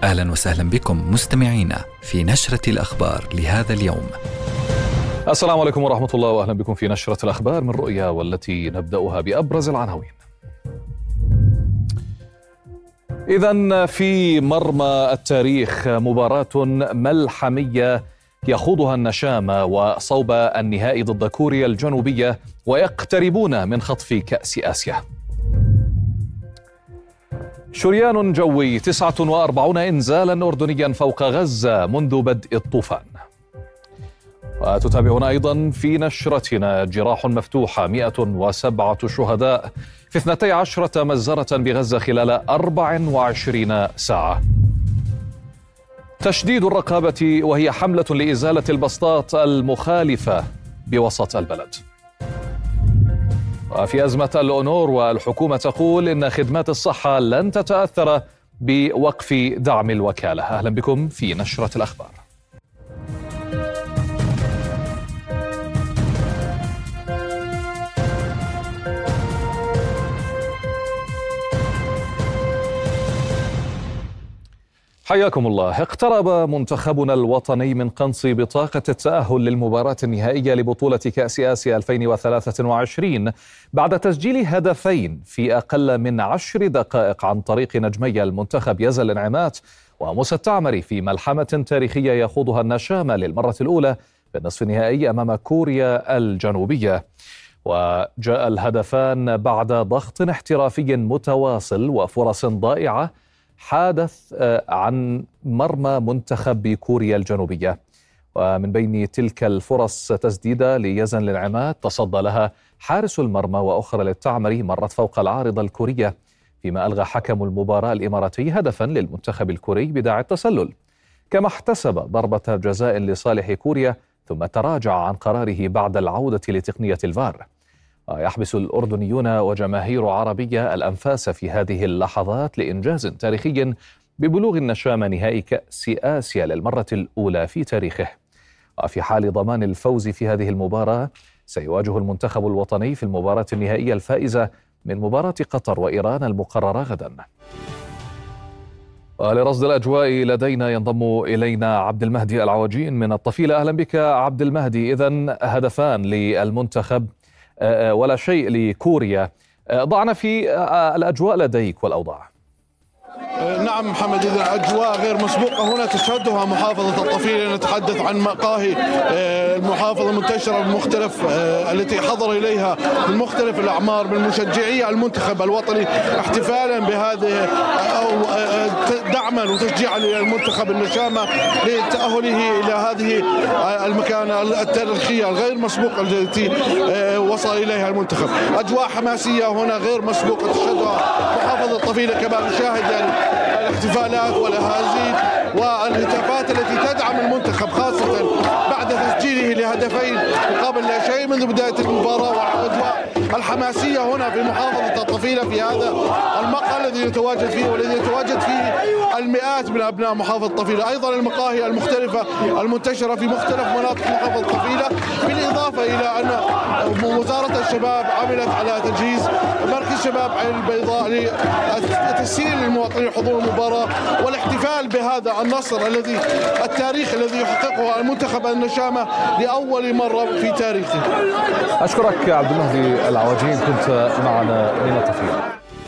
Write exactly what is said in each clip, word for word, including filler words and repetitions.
أهلا وسهلا بكم مستمعينا في نشرة الأخبار لهذا اليوم. السلام عليكم ورحمة الله، وأهلا بكم في نشرة الأخبار من رؤيا، والتي نبدأها بأبرز العناوين. إذن في مرمى التاريخ مباراة ملحمية يخوضها النشامة وصوب النهائي ضد كوريا الجنوبية، ويقتربون من خطف كأس آسيا. شريان جوي تسعة وأربعين إنزالا أردنيا فوق غزة منذ بدء الطوفان. وتتابعون أيضا في نشرتنا جراح مفتوحة مئة وسبعة شهداء في اثنتي عشرة مجزرة بغزة خلال أربع وعشرين ساعة. تشديد الرقابة وهي حملة لإزالة البسطات المخالفة بوسط البلد. وفي أزمة الأونور والحكومة تقول إن خدمات الصحة لن تتأثر بوقف دعم الوكالة. أهلا بكم في نشرة الأخبار. حياكم الله. اقترب منتخبنا الوطني من قنص بطاقة التأهل للمباراة النهائية لبطولة كأس آسيا ألفين وثلاثة وعشرين بعد تسجيل هدفين في أقل من عشر دقائق عن طريق نجمي المنتخب يزن النعمات وموسى التعمري في ملحمة تاريخية يخوضها النشامة للمرة الأولى في النصف النهائي أمام كوريا الجنوبية. وجاء الهدفان بعد ضغط احترافي متواصل وفرص ضائعة حادث عن مرمى منتخب كوريا الجنوبية. ومن بين تلك الفرص تسديدة ليزن النعمات تصدى لها حارس المرمى وأخرى للتعمري مرت فوق العارضة الكورية، فيما ألغى حكم المباراة الإماراتي هدفا للمنتخب الكوري بداعي التسلل، كما احتسب ضربة جزاء لصالح كوريا ثم تراجع عن قراره بعد العودة لتقنية الفار. ويحبس الأردنيون وجماهير عربية الأنفاس في هذه اللحظات لإنجاز تاريخي ببلوغ النشامة نهائي كأس آسيا للمرة الأولى في تاريخه. وفي حال ضمان الفوز في هذه المباراة سيواجه المنتخب الوطني في المباراة النهائية الفائزة من مباراة قطر وإيران المقررة غدا. ولرصد الأجواء لدينا ينضم إلينا عبد المهدي العواجين من الطفيلة. أهلا بك عبد المهدي. إذن هدفان للمنتخب ولا شيء لكوريا، ضعنا في الأجواء لديك والأوضاع. نعم محمد، إذا أجواء غير مسبوقة هنا تشهدها محافظة الطفيلة. نتحدث عن مقاهي المحافظة المنتشرة بمختلف التي حضر إليها من مختلف الأعمار من مشجعي المنتخب الوطني احتفالا بهذه أو دعما وتشجيعا للمنتخب النشامة لتأهله إلى هذه المكانة التاريخية الغير مسبوقة التي وصل إليها المنتخب. أجواء حماسية هنا غير مسبوقة تشهدها محافظة الطفيلة، كما نشاهد يعني الاحتفالات والأهازيج والهتافات التي تدعم المنتخب، خاصة بعد تسجيله لهدفين مقابل لا شيء منذ بداية المباراة. والأجواء الحماسية هنا في محافظة الطفيلة في هذا المقهى الذي يتواجد فيه والذي يتواجد فيه المئات من أبناء محافظة الطفيلة. أيضا المقاهي المختلفة المنتشرة في مختلف مناطق محافظة الطفيلة، بالإضافة إلى أن وزارة الشباب عملت على تجهيز مركز شباب عين البيضاء لتسهيل للمواطنين حضور المباراة والاحتفال بهذا النصر الذي التاريخ الذي يحققه المنتخب النشامة لأول مرة في تاريخه. أشكرك عبد المهدي العواجين، كنت معنا من الطفيلة.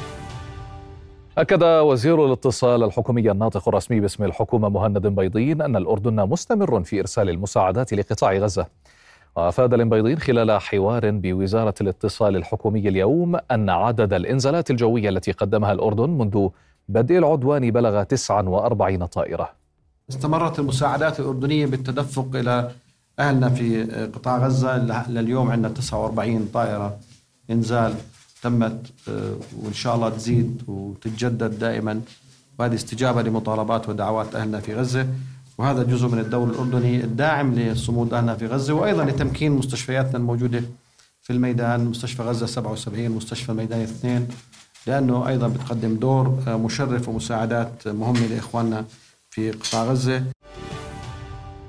أكد وزير الاتصال الحكومي الناطق الرسمي باسم الحكومة مهند بيضين أن الأردن مستمر في إرسال المساعدات لقطاع غزة. وأفاد البيضين خلال حوار بوزارة الاتصال الحكومي اليوم أن عدد الإنزالات الجوية التي قدمها الأردن منذ بدء العدوان بلغ تسعة وأربعين طائرة. استمرت المساعدات الأردنية بالتدفق إلى أهلنا في قطاع غزة. لليوم عندنا تسعة وأربعين طائرة إنزال تمت، وإن شاء الله تزيد وتتجدد دائما، وهذه استجابة لمطالبات ودعوات أهلنا في غزة. وهذا جزء من الدور الأردني الداعم لصمود أهلنا في غزة، وأيضا لتمكين مستشفياتنا الموجودة في الميدان، مستشفى غزة سبعة وسبعين، مستشفى الميدان اثنين، لأنه أيضا بتقدم دور مشرف ومساعدات مهمة لإخواننا في قطاع غزة.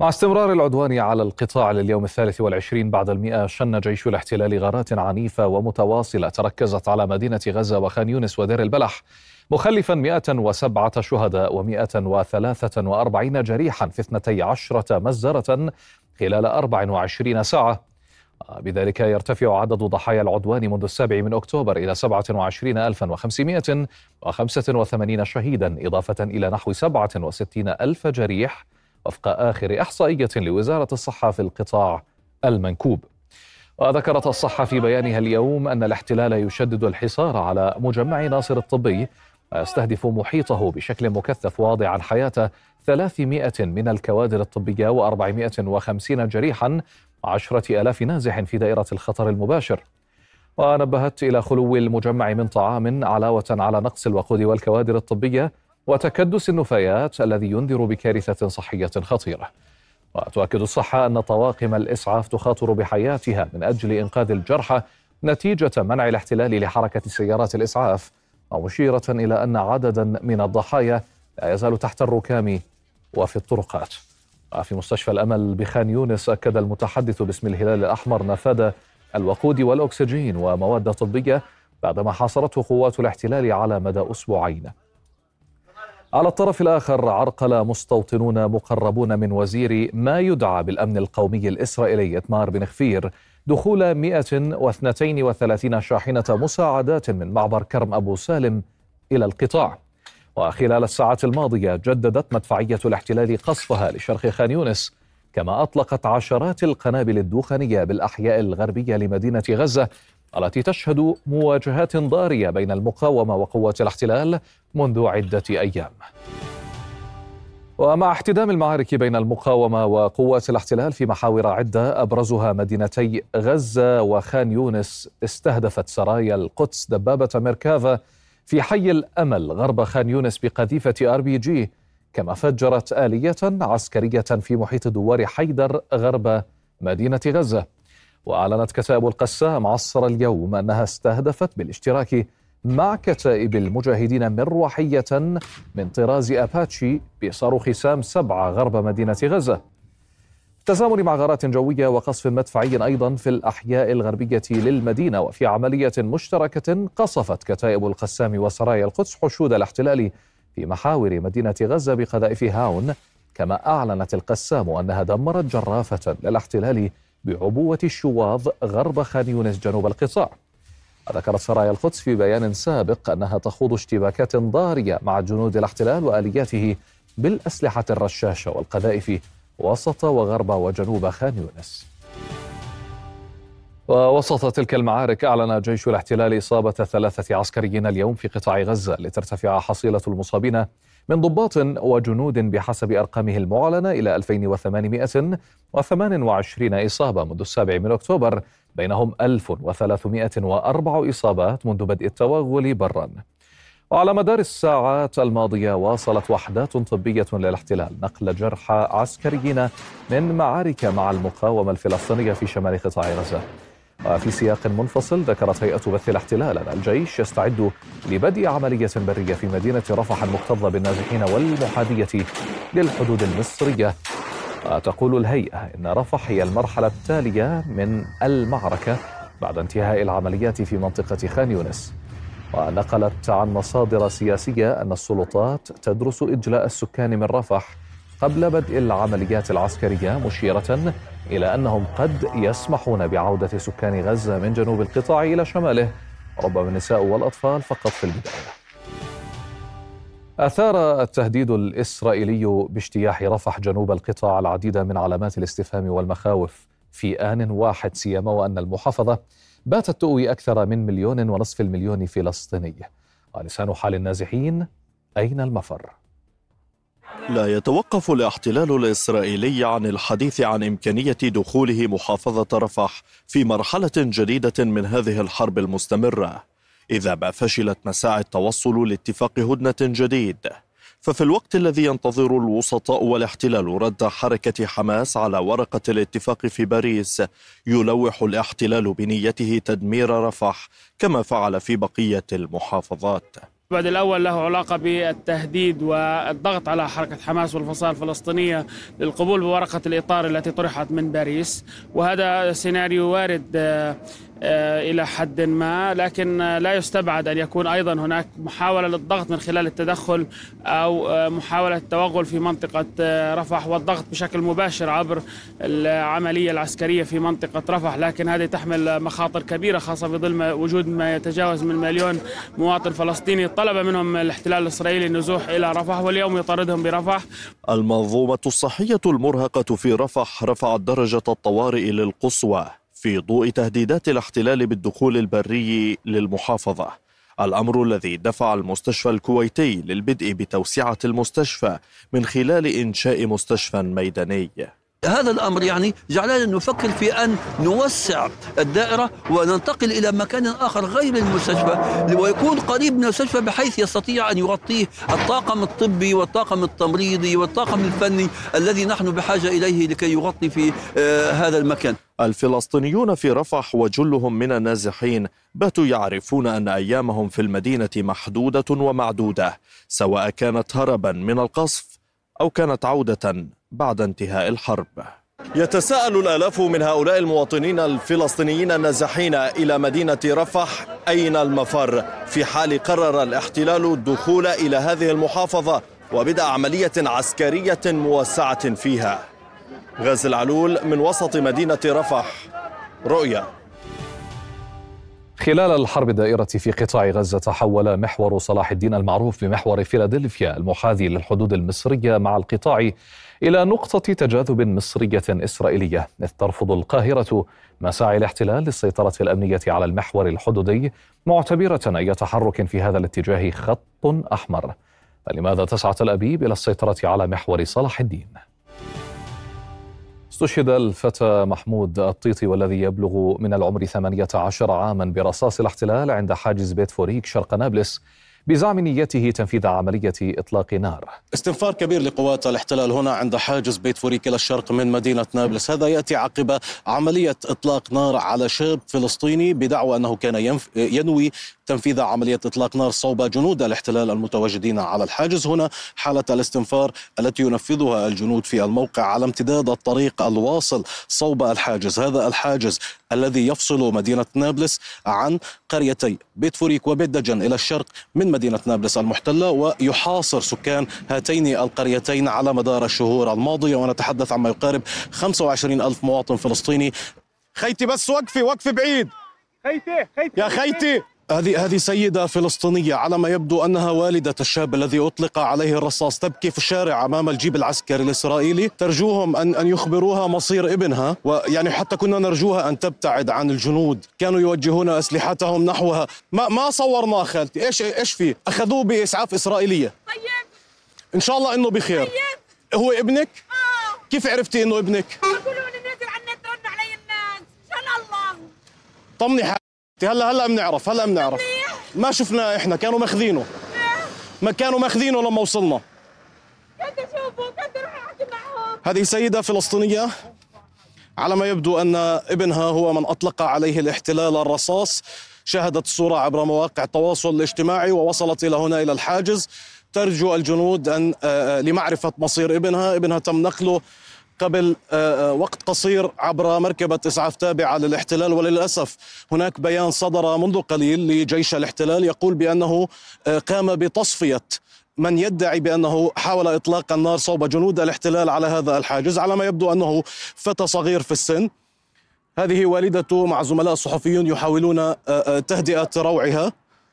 مع استمرار العدوان على القطاع لليوم الثالث والعشرين بعد المئة، شن جيش الاحتلال غارات عنيفة ومتواصلة تركزت على مدينة غزة وخان يونس ودير البلح، مخلفا مئة وسبعة شهداء ومئة وثلاثة وأربعين جريحا في اثنتي عشرة مجزرة خلال أربع وعشرين ساعة. بذلك يرتفع عدد ضحايا العدوان منذ السابع من أكتوبر إلى سبعة وعشرين ألفا وخمسمئة وخمسة وثمانين شهيدا، إضافة إلى نحو سبعة وستين ألف جريح وفق آخر إحصائية لوزارة الصحة في القطاع المنكوب. وذكرت الصحة في بيانها اليوم أن الاحتلال يشدد الحصار على مجمع ناصر الطبي ويستهدف محيطه بشكل مكثف، واضعا حياة ثلاثمئة من الكوادر الطبية وأربعمئة وخمسين جريحا وعشرة آلاف نازح في دائرة الخطر المباشر. ونبهت إلى خلو المجمع من طعام علاوة على نقص الوقود والكوادر الطبية وتكدس النفايات الذي ينذر بكارثة صحية خطيرة. وتؤكد الصحة أن طواقم الإسعاف تخاطر بحياتها من أجل إنقاذ الجرحى نتيجة منع الاحتلال لحركة سيارات الإسعاف، ومشيرة إلى أن عددا من الضحايا لا يزال تحت الركام وفي الطرقات. وفي مستشفى الأمل بخان يونس أكد المتحدث باسم الهلال الأحمر نفاذ الوقود والأكسجين ومواد طبية بعدما حاصرته قوات الاحتلال على مدى أسبوعين. على الطرف الآخر، عرقل مستوطنون مقربون من وزير ما يدعى بالأمن القومي الإسرائيلي إتمار بن غفير دخول مئة واثنين وثلاثين شاحنة مساعدات من معبر كرم أبو سالم إلى القطاع. وخلال الساعات الماضية جددت مدفعية الاحتلال قصفها لشرق خان يونس، كما أطلقت عشرات القنابل الدخانية بالأحياء الغربية لمدينة غزة التي تشهد مواجهات ضارية بين المقاومة وقوات الاحتلال منذ عدة أيام. ومع احتدام المعارك بين المقاومة وقوات الاحتلال في محاور عدة أبرزها مدينتي غزة وخان يونس، استهدفت سرايا القدس دبابة ميركافا في حي الأمل غرب خان يونس بقذيفة آر بي جي، كما فجرت آلية عسكرية في محيط دوار حيدر غرب مدينة غزة. وأعلنت كتائب القسام عصر اليوم أنها استهدفت بالاشتراك مع كتائب المجاهدين مروحية من طراز أباتشي بصاروخ سام سبعة غرب مدينة غزة، بالتزامن مع غارات جوية وقصف مدفعي أيضا في الأحياء الغربية للمدينة. وفي عملية مشتركة قصفت كتائب القسام وسرايا القدس حشود الاحتلال في محاور مدينة غزة بقذائف هاون، كما أعلنت القسام أنها دمرت جرافة للاحتلال بعبوة الشواظ غرب خان يونس جنوب القطاع. ذكرت سرايا القدس في بيان سابق أنها تخوض اشتباكات ضارية مع جنود الاحتلال وآلياته بالأسلحة الرشاشة والقذائف وسط وغرب وجنوب خان يونس. ووسط تلك المعارك أعلن جيش الاحتلال إصابة ثلاثة عسكريين اليوم في قطاع غزة، لترتفع حصيلة المصابين من ضباط وجنود بحسب أرقامه المعلنة إلى ألفين وثمانمئة وثمان وعشرين إصابة منذ السابع من أكتوبر، بينهم ألف وثلاثمئة وأربع إصابات منذ بدء التوغل برا. وعلى مدار الساعات الماضية واصلت وحدات طبية للاحتلال نقل جرحى عسكريين من معارك مع المقاومة الفلسطينية في شمال قطاع غزة. وفي سياق منفصل، ذكرت هيئة بث الاحتلال أن الجيش يستعد لبدء عملية برية في مدينة رفح المكتظة بالنازحين والمحاذية للحدود المصرية. وتقول الهيئة إن رفح هي المرحلة التالية من المعركة بعد انتهاء العمليات في منطقة خان يونس. ونقلت عن مصادر سياسية أن السلطات تدرس إجلاء السكان من رفح قبل بدء العمليات العسكرية، مشيرة إلى أنهم قد يسمحون بعودة سكان غزة من جنوب القطاع إلى شماله، ربما النساء والأطفال فقط في البداية. أثار التهديد الإسرائيلي باجتياح رفح جنوب القطاع العديد من علامات الاستفهام والمخاوف في آن واحد، سيما وأن المحافظة باتت تؤوي أكثر من مليون ونصف المليون فلسطيني. ولسان حال النازحين، أين المفر؟ لا يتوقف الاحتلال الإسرائيلي عن الحديث عن إمكانية دخوله محافظة رفح في مرحلة جديدة من هذه الحرب المستمرة، إذا ما فشلت مساعي التوصل لاتفاق هدنة جديد. ففي الوقت الذي ينتظر الوسطاء والاحتلال رد حركة حماس على ورقة الاتفاق في باريس، يلوح الاحتلال بنيته تدمير رفح كما فعل في بقية المحافظات. البعد الأول له علاقة بالتهديد والضغط على حركة حماس والفصائل الفلسطينية للقبول بورقة الإطار التي طرحت من باريس، وهذا سيناريو وارد إلى حد ما، لكن لا يستبعد أن يكون أيضا هناك محاولة للضغط من خلال التدخل أو محاولة التوغل في منطقة رفح والضغط بشكل مباشر عبر العملية العسكرية في منطقة رفح، لكن هذه تحمل مخاطر كبيرة خاصة في ظل وجود ما يتجاوز من مليون مواطن فلسطيني طلب منهم الاحتلال الإسرائيلي النزوح إلى رفح واليوم يطاردهم برفح. المنظومة الصحية المرهقة في رفح رفعت درجة الطوارئ للقصوى في ضوء تهديدات الاحتلال بالدخول البري للمحافظة، الأمر الذي دفع المستشفى الكويتي للبدء بتوسعة المستشفى من خلال إنشاء مستشفى ميداني. هذا الأمر يعني جعلنا نفكر في أن نوسع الدائرة وننتقل إلى مكان آخر غير المستشفى ويكون قريب من المستشفى بحيث يستطيع أن يغطيه الطاقم الطبي والطاقم التمريضي والطاقم الفني الذي نحن بحاجة إليه لكي يغطي في آه هذا المكان. الفلسطينيون في رفح وجلهم من النازحين باتوا يعرفون أن أيامهم في المدينة محدودة ومعدودة، سواء كانت هربا من القصف أو كانت عودة بعد انتهاء الحرب. يتساءل الآلاف من هؤلاء المواطنين الفلسطينيين النازحين إلى مدينة رفح أين المفر في حال قرر الاحتلال الدخول إلى هذه المحافظة وبدأ عملية عسكرية موسعة فيها. غازي العلول من وسط مدينة رفح، رؤيا. خلال الحرب الدائرة في قطاع غزة تحول محور صلاح الدين المعروف بمحور فيلادلفيا المحاذي للحدود المصرية مع القطاع إلى نقطة تجاذب مصرية إسرائيلية، إذ ترفض القاهرة مساعي الاحتلال للسيطرة الأمنية على المحور الحدودي، معتبرة أي تحرك في هذا الاتجاه خط أحمر. فلماذا تسعى تل أبيب إلى السيطرة على محور صلاح الدين؟ استشهد الفتى محمود الطيطي والذي يبلغ من العمر ثمانية عشر عاما برصاص الاحتلال عند حاجز بيت فوريك شرق نابلس بزعم نيته تنفيذ عملية إطلاق نار. استنفار كبير لقوات الاحتلال هنا عند حاجز بيت فوريك إلى الشرق من مدينة نابلس. هذا يأتي عقب عملية إطلاق نار على شاب فلسطيني بدعوى أنه كان ينف... ينوي تنفيذ عملية إطلاق نار صوب جنود الاحتلال المتواجدين على الحاجز. هنا حالة الاستنفار التي ينفذها الجنود في الموقع على امتداد الطريق الواصل صوب الحاجز. هذا الحاجز الذي يفصل مدينة نابلس عن قريتي بيت فوريك وبيت دجن إلى الشرق من مدينة نابلس المحتلة، ويحاصر سكان هاتين القريتين على مدار الشهور الماضية، ونتحدث عما يقارب خمسة وعشرين ألف مواطن فلسطيني. خيتي بس وقفي وقفي بعيد، خيتي خيتي يا خيتي. هذه هذه سيدة فلسطينية على ما يبدو أنها والدة الشاب الذي أطلق عليه الرصاص، تبكي في الشارع أمام الجيب العسكري الإسرائيلي، ترجوهم أن أن يخبروها مصير ابنها، ويعني حتى كنا نرجوها أن تبتعد عن الجنود، كانوا يوجهون أسلحتهم نحوها. ما ما صورناه خالتي، إيش إيش فيه؟ أخذوه بإسعاف إسرائيلية. طيب إن شاء الله إنه بخير. طيب هو ابنك؟ آه. كيف عرفتي إنه ابنك؟ يقولوا لي نزل على النت رن علي الناس، إن شاء الله. طمني حالي. هلا هلا بنعرف هلا بنعرف ما شفناه احنا، كانوا ماخذينه ما كانوا ماخذينه لما وصلنا. كنت اشوفه كنت اروح احكي معهم. هذه سيدة فلسطينية على ما يبدو ان ابنها هو من اطلق عليه الاحتلال الرصاص. شاهدت الصورة عبر مواقع التواصل الاجتماعي ووصلت الى هنا الى الحاجز، ترجو الجنود ان لمعرفة مصير ابنها. ابنها تم نقله قبل وقت قصير عبر مركبة إسعاف تابعة للاحتلال، وللأسف هناك بيان صدر منذ قليل لجيش الاحتلال يقول بأنه قام بتصفية من يدعي بأنه حاول إطلاق النار صوب جنود الاحتلال على هذا الحاجز. على ما يبدو أنه فتى صغير في السن. هذه والدته مع زملاء صحفيون يحاولون تهدئة روعها،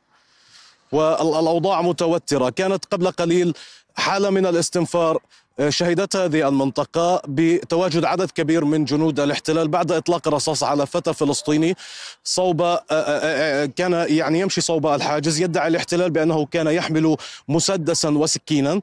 والأوضاع متوترة. كانت قبل قليل حالة من الاستنفار شهدت هذه المنطقة بتواجد عدد كبير من جنود الاحتلال بعد إطلاق الرصاص على فتى فلسطيني صوب كان يعني يمشي صوب الحاجز. يدعي الاحتلال بأنه كان يحمل مسدسا وسكينا،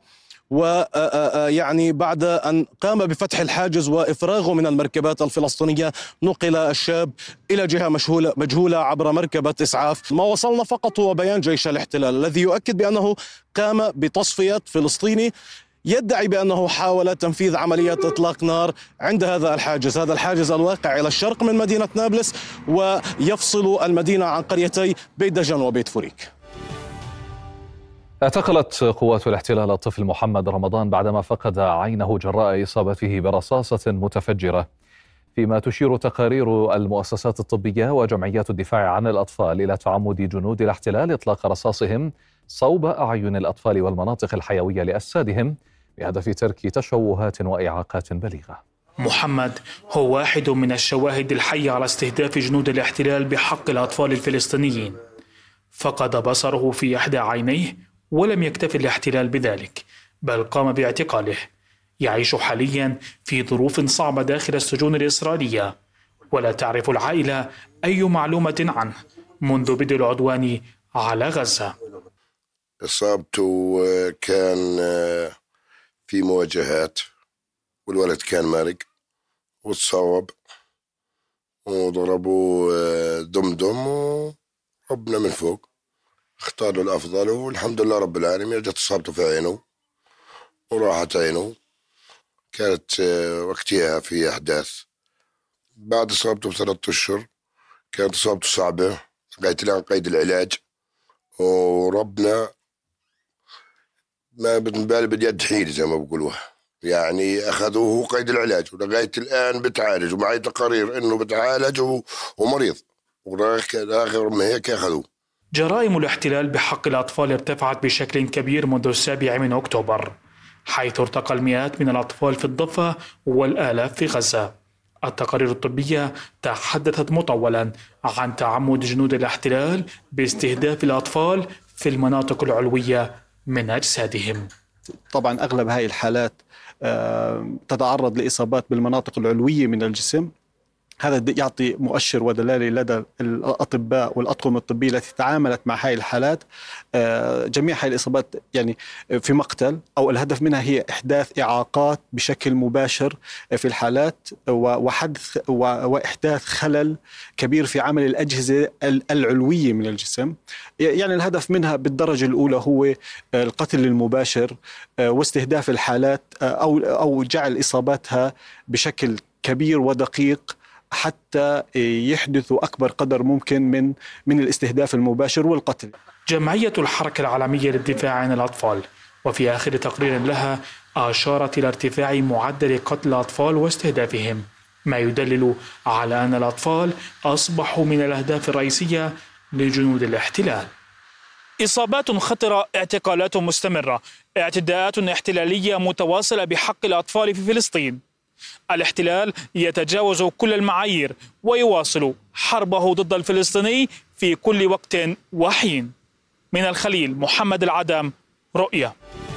ويعني بعد أن قام بفتح الحاجز وإفراغه من المركبات الفلسطينية نقل الشاب إلى جهة مجهولة, مجهولة عبر مركبة إسعاف. ما وصلنا فقط هو بيان جيش الاحتلال الذي يؤكد بأنه قام بتصفية فلسطيني يدعي بأنه حاول تنفيذ عملية إطلاق نار عند هذا الحاجز. هذا الحاجز الواقع إلى الشرق من مدينة نابلس ويفصل المدينة عن قريتي بيت دجن وبيت فوريك. اعتقلت قوات الاحتلال الطفل محمد رمضان بعدما فقد عينه جراء إصابته برصاصة متفجرة، فيما تشير تقارير المؤسسات الطبية وجمعيات الدفاع عن الأطفال إلى تعمد جنود الاحتلال إطلاق رصاصهم صوب أعين الأطفال والمناطق الحيوية لأجسادهم بهدف ترك تشوهات وإعاقات بليغة. محمد هو واحد من الشواهد الحية على استهداف جنود الاحتلال بحق الأطفال الفلسطينيين. فقد بصره في إحدى عينيه ولم يكتف الاحتلال بذلك، بل قام باعتقاله. يعيش حاليا في ظروف صعبة داخل السجون الإسرائيلية، ولا تعرف العائلة أي معلومة عنه منذ بدء العدوان على غزة. إصابته كان في مواجهات، والولد كان مارق وتصاوب وضربوا دمدم وربنا من فوق اختاروا الأفضل، والحمد لله رب العالمين. جت إصابته في عينه وراحت عينه، كانت وقتها في أحداث. بعد إصابته بثلاثة أشهر كانت إصابته صعبة لغاية الآن قيد العلاج، وربنا ما بنبال باليد حيل زي ما بقولوها، يعني أخذوه قيد العلاج ولغاية الآن بتعالج، ومعي تقارير إنه بتعالج ومريض، وآخر ما هيك أخذوه. جرائم الاحتلال بحق الأطفال ارتفعت بشكل كبير منذ السابع من أكتوبر، حيث ارتقى المئات من الأطفال في الضفة والآلاف في غزة. التقارير الطبية تحدثت مطولا عن تعمد جنود الاحتلال باستهداف الأطفال في المناطق العلوية من أجسادهم. طبعا أغلب هاي الحالات تتعرض لإصابات بالمناطق العلوية من الجسم. هذا يعطي مؤشر ودلالة لدى الأطباء والأطقم الطبية التي تعاملت مع هاي الحالات. جميع هاي الإصابات يعني في مقتل، أو الهدف منها هي إحداث إعاقات بشكل مباشر في الحالات وحدث وإحداث خلل كبير في عمل الأجهزة العلوية من الجسم. يعني الهدف منها بالدرجة الأولى هو القتل المباشر واستهداف الحالات أو أو جعل إصاباتها بشكل كبير ودقيق حتى يحدثوا أكبر قدر ممكن من من الاستهداف المباشر والقتل. جمعية الحركة العالمية للدفاع عن الأطفال وفي آخر تقرير لها أشارت إلى ارتفاع معدل قتل الأطفال واستهدافهم، ما يدلل على أن الأطفال أصبحوا من الأهداف الرئيسية لجنود الاحتلال. إصابات خطرة، اعتقالات مستمرة، اعتداءات احتلالية متواصلة بحق الأطفال في فلسطين. الاحتلال يتجاوز كل المعايير ويواصل حربه ضد الفلسطيني في كل وقت وحين. من الخليل، محمد العدم، رؤية.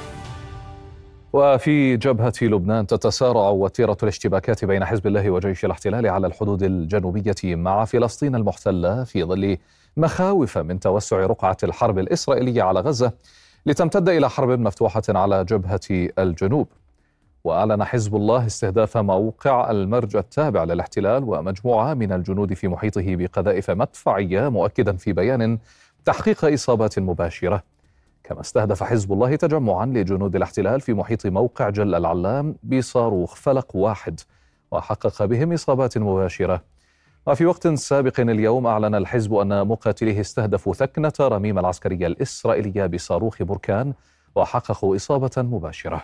وفي جبهة لبنان تتسارع وتيرة الاشتباكات بين حزب الله وجيش الاحتلال على الحدود الجنوبية مع فلسطين المحتلة في ظل مخاوف من توسع رقعة الحرب الإسرائيلية على غزة لتمتد إلى حرب مفتوحة على جبهة الجنوب. وأعلن حزب الله استهداف موقع المرج التابع للاحتلال ومجموعة من الجنود في محيطه بقذائف مدفعية، مؤكدا في بيان تحقيق إصابات مباشرة. كما استهدف حزب الله تجمعا لجنود الاحتلال في محيط موقع جل العلام بصاروخ فلق واحد وحقق بهم إصابات مباشرة. وفي وقت سابق اليوم أعلن الحزب أن مقاتليه استهدفوا ثكنة رميم العسكرية الإسرائيلية بصاروخ بركان وحققوا إصابة مباشرة.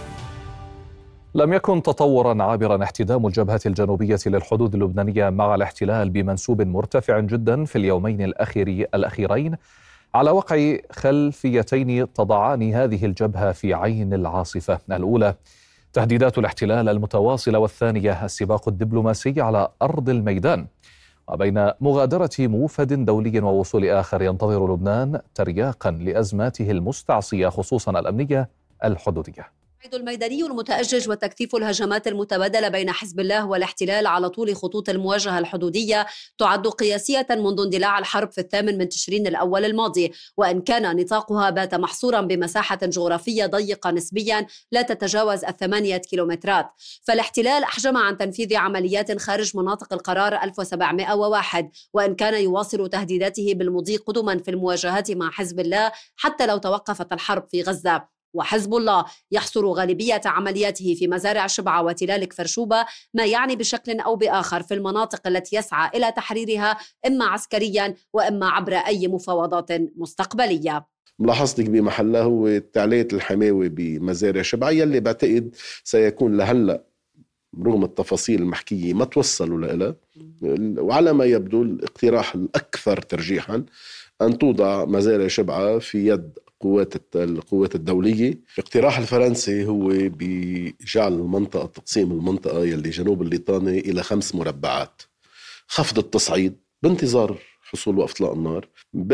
لم يكن تطورا عابرا احتدام الجبهة الجنوبية للحدود اللبنانية مع الاحتلال بمنسوب مرتفع جدا في اليومين الأخير الأخيرين على وقع خلفيتين تضعان هذه الجبهة في عين العاصفة. الأولى تهديدات الاحتلال المتواصلة، والثانية السباق الدبلوماسي على أرض الميدان، وبين مغادرة موفد دولي ووصول آخر ينتظر لبنان ترياقا لأزماته المستعصية خصوصا الأمنية الحدودية. الصعيد الميداني المتأجج وتكثيف الهجمات المتبادلة بين حزب الله والاحتلال على طول خطوط المواجهة الحدودية تعد قياسية منذ اندلاع الحرب في الثامن من تشرين الأول الماضي، وإن كان نطاقها بات محصورا بمساحة جغرافية ضيقة نسبيا لا تتجاوز الثمانية كيلومترات. فالاحتلال أحجم عن تنفيذ عمليات خارج مناطق القرار ألف وسبعمائة وواحد، وإن كان يواصل تهديداته بالمضي قدما في المواجهات مع حزب الله حتى لو توقفت الحرب في غزة. وحزب الله يحصر غالبية عملياته في مزارع شبعة وتلال كفرشوبة، ما يعني بشكل أو بآخر في المناطق التي يسعى إلى تحريرها إما عسكريا وإما عبر أي مفاوضات مستقبلية. ملاحظتك بمحلها هو تعلية الحماوي بمزارع شبعة، يلي بعتقد سيكون لهلأ رغم التفاصيل المحكية ما توصلوا لها، وعلى ما يبدو الاقتراح الأكثر ترجيحا أن توضع مزارع شبعة في يد قوات القوات الدولية. الاقتراح الفرنسي هو بجعل المنطقة تقسيم المنطقة يلي جنوب الليطاني إلى خمس مربعات، خفض التصعيد بانتظار حصول وقف اطلاق النار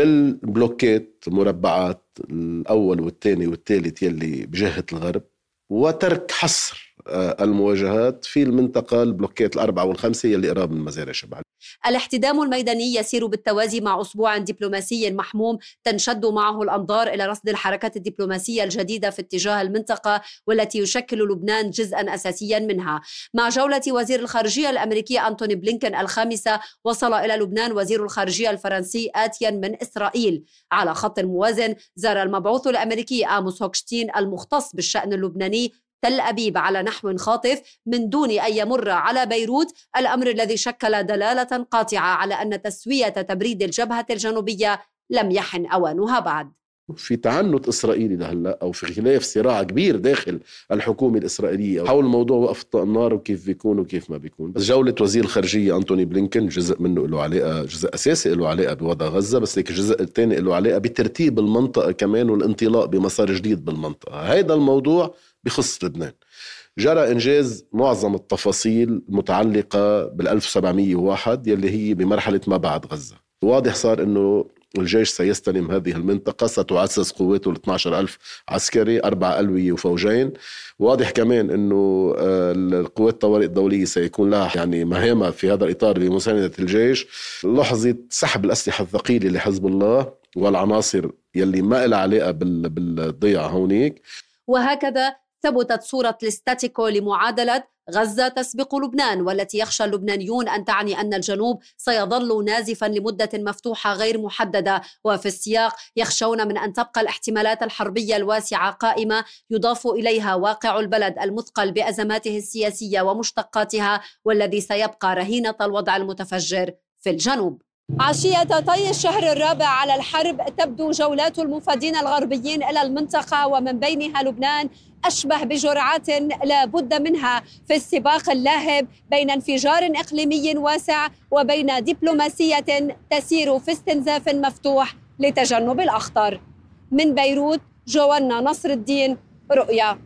بالبلوكات مربعات الأول والثاني والثالث يلي بجهة الغرب، وترك حصر المواجهات في المنطقة البلوكات الأربعة والخمسة يلي قراب من مزارع شبعة. الاحتدام الميداني يسير بالتوازي مع أسبوع دبلوماسي محموم تنشد معه الأنظار إلى رصد الحركات الدبلوماسية الجديدة في اتجاه المنطقة والتي يشكل لبنان جزءا أساسيا منها. مع جولة وزير الخارجية الأمريكي أنتوني بلينكن الخامسة، وصل إلى لبنان وزير الخارجية الفرنسي آتيا من إسرائيل. على خط موازن زار المبعوث الأمريكي آموس هوكشتين المختص بالشأن اللبناني تل أبيب على نحو خاطف من دون أن يمر على بيروت، الأمر الذي شكل دلالة قاطعة على أن تسوية تبريد الجبهة الجنوبية لم يحن أوانها بعد. في تعنت إسرائيلي لهلا أو في خلاف صراع كبير داخل الحكومة الإسرائيلية حول موضوع وقف اطلاق النار وكيف بيكون وكيف ما بيكون. بس جولة وزير الخارجية أنتوني بلينكن جزء منه له علاقة، جزء أساسي له علاقة بوضع غزة، بس ليك الجزء الثاني له علاقة بترتيب المنطقة كمان والانطلاق بمسار جديد بالمنطقة. هذا الموضوع بخص لبنان. جرى إنجاز معظم التفاصيل المتعلقة بالألف وسبعمية وواحد يلي هي بمرحلة ما بعد غزة. واضح صار إنه الجيش سيستلم هذه المنطقة، ستعزز قوته ل اثني عشر ألف عسكري، أربع ألوية وفوجين. واضح كمان إنه القوات الطوارئ الدولية سيكون لها يعني مهمة في هذا الإطار لمساندة الجيش. لحظة سحب الأسلحة الثقيلة لحزب الله والعناصر يلي ما لها علاقة بالضيعة هونيك. وهكذا ثبتت صورة الاستاتيكو لمعادلة غزة تسبق لبنان، والتي يخشى اللبنانيون أن تعني أن الجنوب سيظل نازفا لمدة مفتوحة غير محددة. وفي السياق يخشون من أن تبقى الاحتمالات الحربية الواسعة قائمة، يضاف إليها واقع البلد المثقل بأزماته السياسية ومشتقاتها، والذي سيبقى رهينة الوضع المتفجر في الجنوب. عشية طي الشهر الرابع على الحرب تبدو جولات المفادين الغربيين إلى المنطقة ومن بينها لبنان أشبه بجرعات لا بد منها في السباق اللاهب بين انفجار إقليمي واسع وبين دبلوماسية تسير في استنزاف مفتوح لتجنب الأخطر. من بيروت جوانا نصر الدين، رؤيا.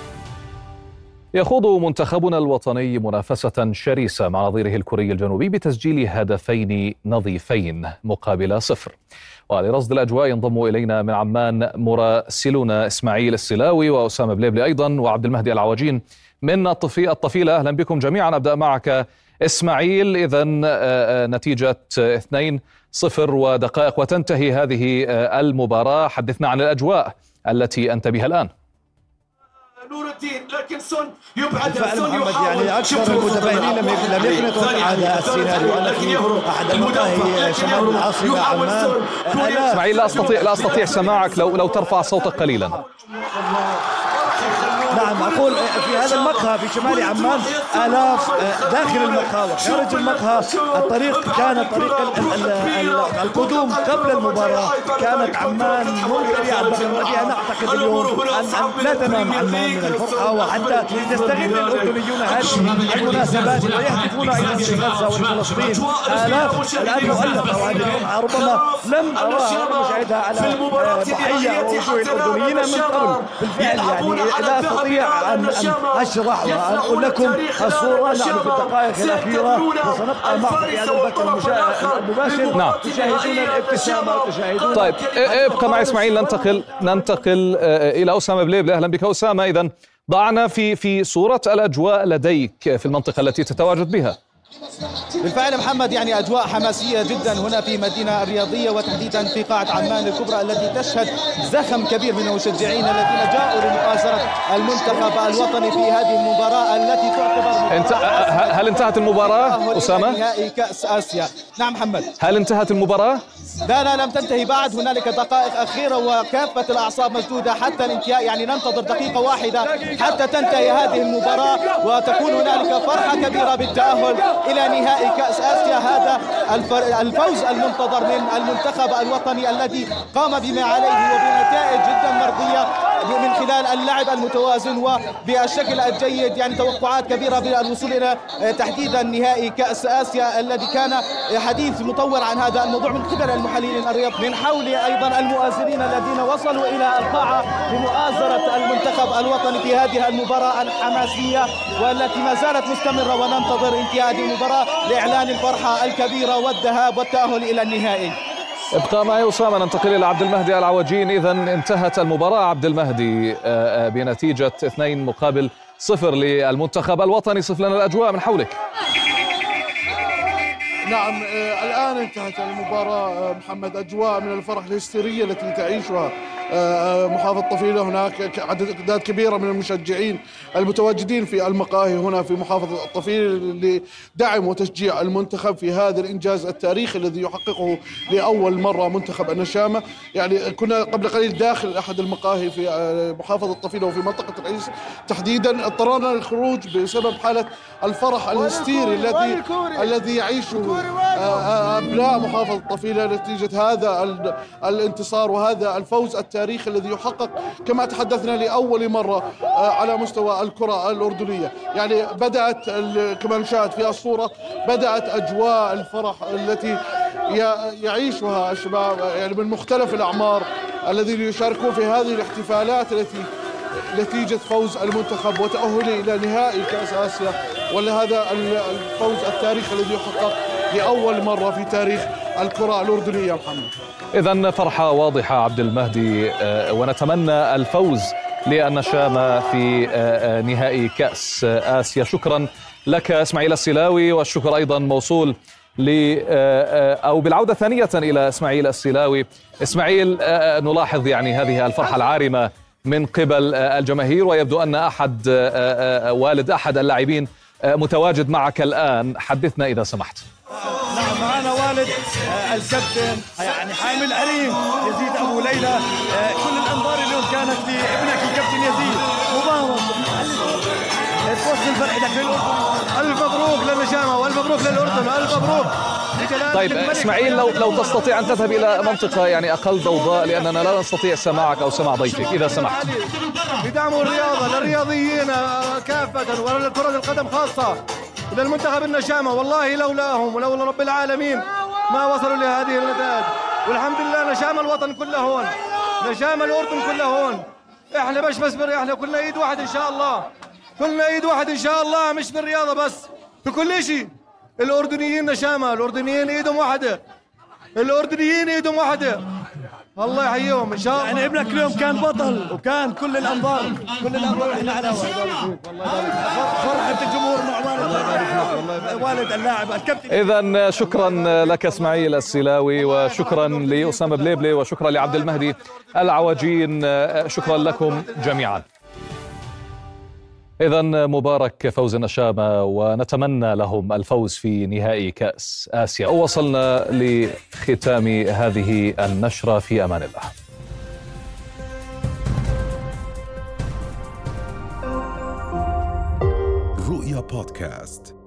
يخوض منتخبنا الوطني منافسة شرسة مع نظيره الكوري الجنوبي بتسجيل هدفين نظيفين مقابل صفر. ولرصد الأجواء ينضم إلينا من عمان مراسلنا إسماعيل السلاوي وأسامة بليبلي أيضا وعبد المهدي العواجين من الطفيلة. أهلا بكم جميعا. أبدأ معك إسماعيل. إذن نتيجة اثنين صفر ودقائق وتنتهي هذه المباراة، حدثنا عن الأجواء التي أنت بها الآن. نور الدين لكن سون يبعدها، سون يحاول. يعني اكثر المتفائلين لم يكن لم يكن يتوقع هذا السيناريو. انا في احد المقاهي شمال العاصمه عمان. اسماعيل لا استطيع لا استطيع سماعك، لو لو ترفع صوتك قليلا. نعم أقول في هذا المقهى في شمال عمان آلاف داخل المقهى وخارج المقهى. الطريق كان طريق القدوم قبل المباراة كانت عمان ممتلئة بالمدينة. نعتقد اليوم أن لا تنام عمان من الفرحة، وحتى يستغل الأردنيون هذه المناسبات ويهتفون أيضا لغزة ولفلسطين. آلاف الآن مؤلفة، وهذه الجمعة ربما لم أراها ولم أشاهدها على ضحية ووجوه الأردنيين من قبل. بالفعل يعني لا أستطيع أن أشرح وأن أقول لكم الصورة. نحن في الدقائق الأخيرة وسنبقى معكم في هذا البث المباشر. نعم. تشاهدون الابتسامة وتشاهدون. طيب ابقى معي إسماعيل. ننتقل ننتقل إلى أسامة بليبلي. أهلا بك أسامة. إذن ضعنا في في صورة الأجواء لديك في المنطقة التي تتواجد بها. بالفعل محمد، يعني أجواء حماسية جدا هنا في مدينة الرياضية وتحديدا في قاعة عمان الكبرى التي تشهد زخم كبير من المشجعين الذين جاءوا لمؤازرة المنتخب الوطني في هذه المباراة التي تعتبر انت هل انتهت المباراة أسامة؟ نهائي كأس آسيا. نعم محمد. هل انتهت المباراة؟ لا لا لم تنتهي بعد، هنالك دقائق أخيرة وكافة الأعصاب مشدودة حتى الانتهاء، يعني ننتظر دقيقة واحدة حتى تنتهي هذه المباراة وتكون هنالك فرحة كبيرة بالتأهل إلى نهائي كأس آسيا. هذا الفوز المنتظر من المنتخب الوطني الذي قام بما عليه وبنتائج جدا مرضية من خلال اللعب المتوازن وبالشكل الجيد، يعني توقعات كبيرة بالوصول إلى تحديدا نهائي كأس آسيا الذي كان حديث مطول عن هذا الموضوع من قبل المحللين الرياض من حول أيضا المؤازرين الذين وصلوا إلى القاعة لمؤازرة المنتخب الوطني في هذه المباراة الحماسية والتي ما زالت مستمرة، وننتظر انتهاء هذه المباراة لإعلان الفرحة الكبيرة والذهاب والتأهل إلى النهائي. ابقى معي أسامة، ننتقل إلى عبد المهدي العواجين. إذا انتهت المباراة عبد المهدي بنتيجة اثنين مقابل صفر للمنتخب الوطني. صف لنا الأجواء من حولك. نعم الآن انتهت المباراة محمد، أجواء من الفرح الهستيرية التي تعيشها محافظة طفيلة. هناك أعداد كبيرة من المشجعين المتواجدين في المقاهي هنا في محافظة طفيلة لدعم وتشجيع المنتخب في هذا الإنجاز التاريخي الذي يحققه لأول مرة منتخب النشامة. يعني كنا قبل قليل داخل أحد المقاهي في محافظة طفيلة وفي منطقة العيس تحديدا، اضطررنا للخروج بسبب حالة الفرح الهستيري الذي الذي يعيشه أبناء محافظة طفيلة نتيجة هذا الانتصار وهذا الفوز التاريخي الذي يحقق كما تحدثنا لأول مرة على مستوى الكرة الأردنية. يعني بدأت كما نشاهد في الصورة، بدأت أجواء الفرح التي يعيشها الشباب يعني من مختلف الأعمار الذين يشاركون في هذه الاحتفالات التي نتيجة فوز المنتخب وتأهله إلى نهائي كأس آسيا، ولهذا الفوز التاريخي الذي يحقق لأول مرة في تاريخ الكرة الأردنية. محمد إذن فرحة واضحة عبد المهدي، ونتمنى الفوز للنشامة في نهائي كأس آسيا. شكرا لك إسماعيل السلاوي، والشكر أيضا موصول ل أو بالعودة ثانية إلى إسماعيل السلاوي. إسماعيل، نلاحظ يعني هذه الفرحة العارمة من قبل الجماهير، ويبدو أن أحد والد أحد اللاعبين متواجد معك الآن. حدثنا إذا سمحت. نعم، معنا والد الكابتن يعني حامل أريم يزيد أبو ليلى. كل الأنظار اليوم كانت في ابنك الكابتن يزيد. مبارك توصل فرحتك للأردن. ألف مبروك للنشامة والف مبروك للأردن، ألف مبروك. طيب إسماعيل، لو لو تستطيع أن تذهب إلى منطقة يعني أقل ضوضاء، لأننا لا نستطيع سماعك أو سماع ضيفك إذا سمحت. بدعموا الرياضة للرياضيين كافة ولكرة القدم خاصة وللمنتخب النشامة. والله لولاهم ولولا رب العالمين ما وصلوا لهذه النتائج. والحمد لله نشامة الوطن كله هون، نشامة الأردن كله هون. احنا مش بس احنا كلنا ايد واحد ان شاء الله، كلنا ايد واحد ان شاء الله، مش في الرياضة بس، في كل شيء. الأردنيين نشامة، الأردنيين ايدهم واحدة، الأردنيين ايدهم واحدة. الله يحييهم ان شاء الله. يعني ابنك اليوم كان بطل وكان كل الانظار كل الانظار احنا على فرحة الجمهور مع والد والد اللاعب الكابتن. اذا شكرا لك اسماعيل السلاوي، وشكرا لأسامة بليبلي، وشكرا لعبد المهدي العواجين. شكرا لكم جميعا. إذا مبارك فوز النشامة، ونتمنى لهم الفوز في نهائي كأس آسيا. وصلنا لختام هذه النشرة، في أمان الله. رؤيا بودكاست.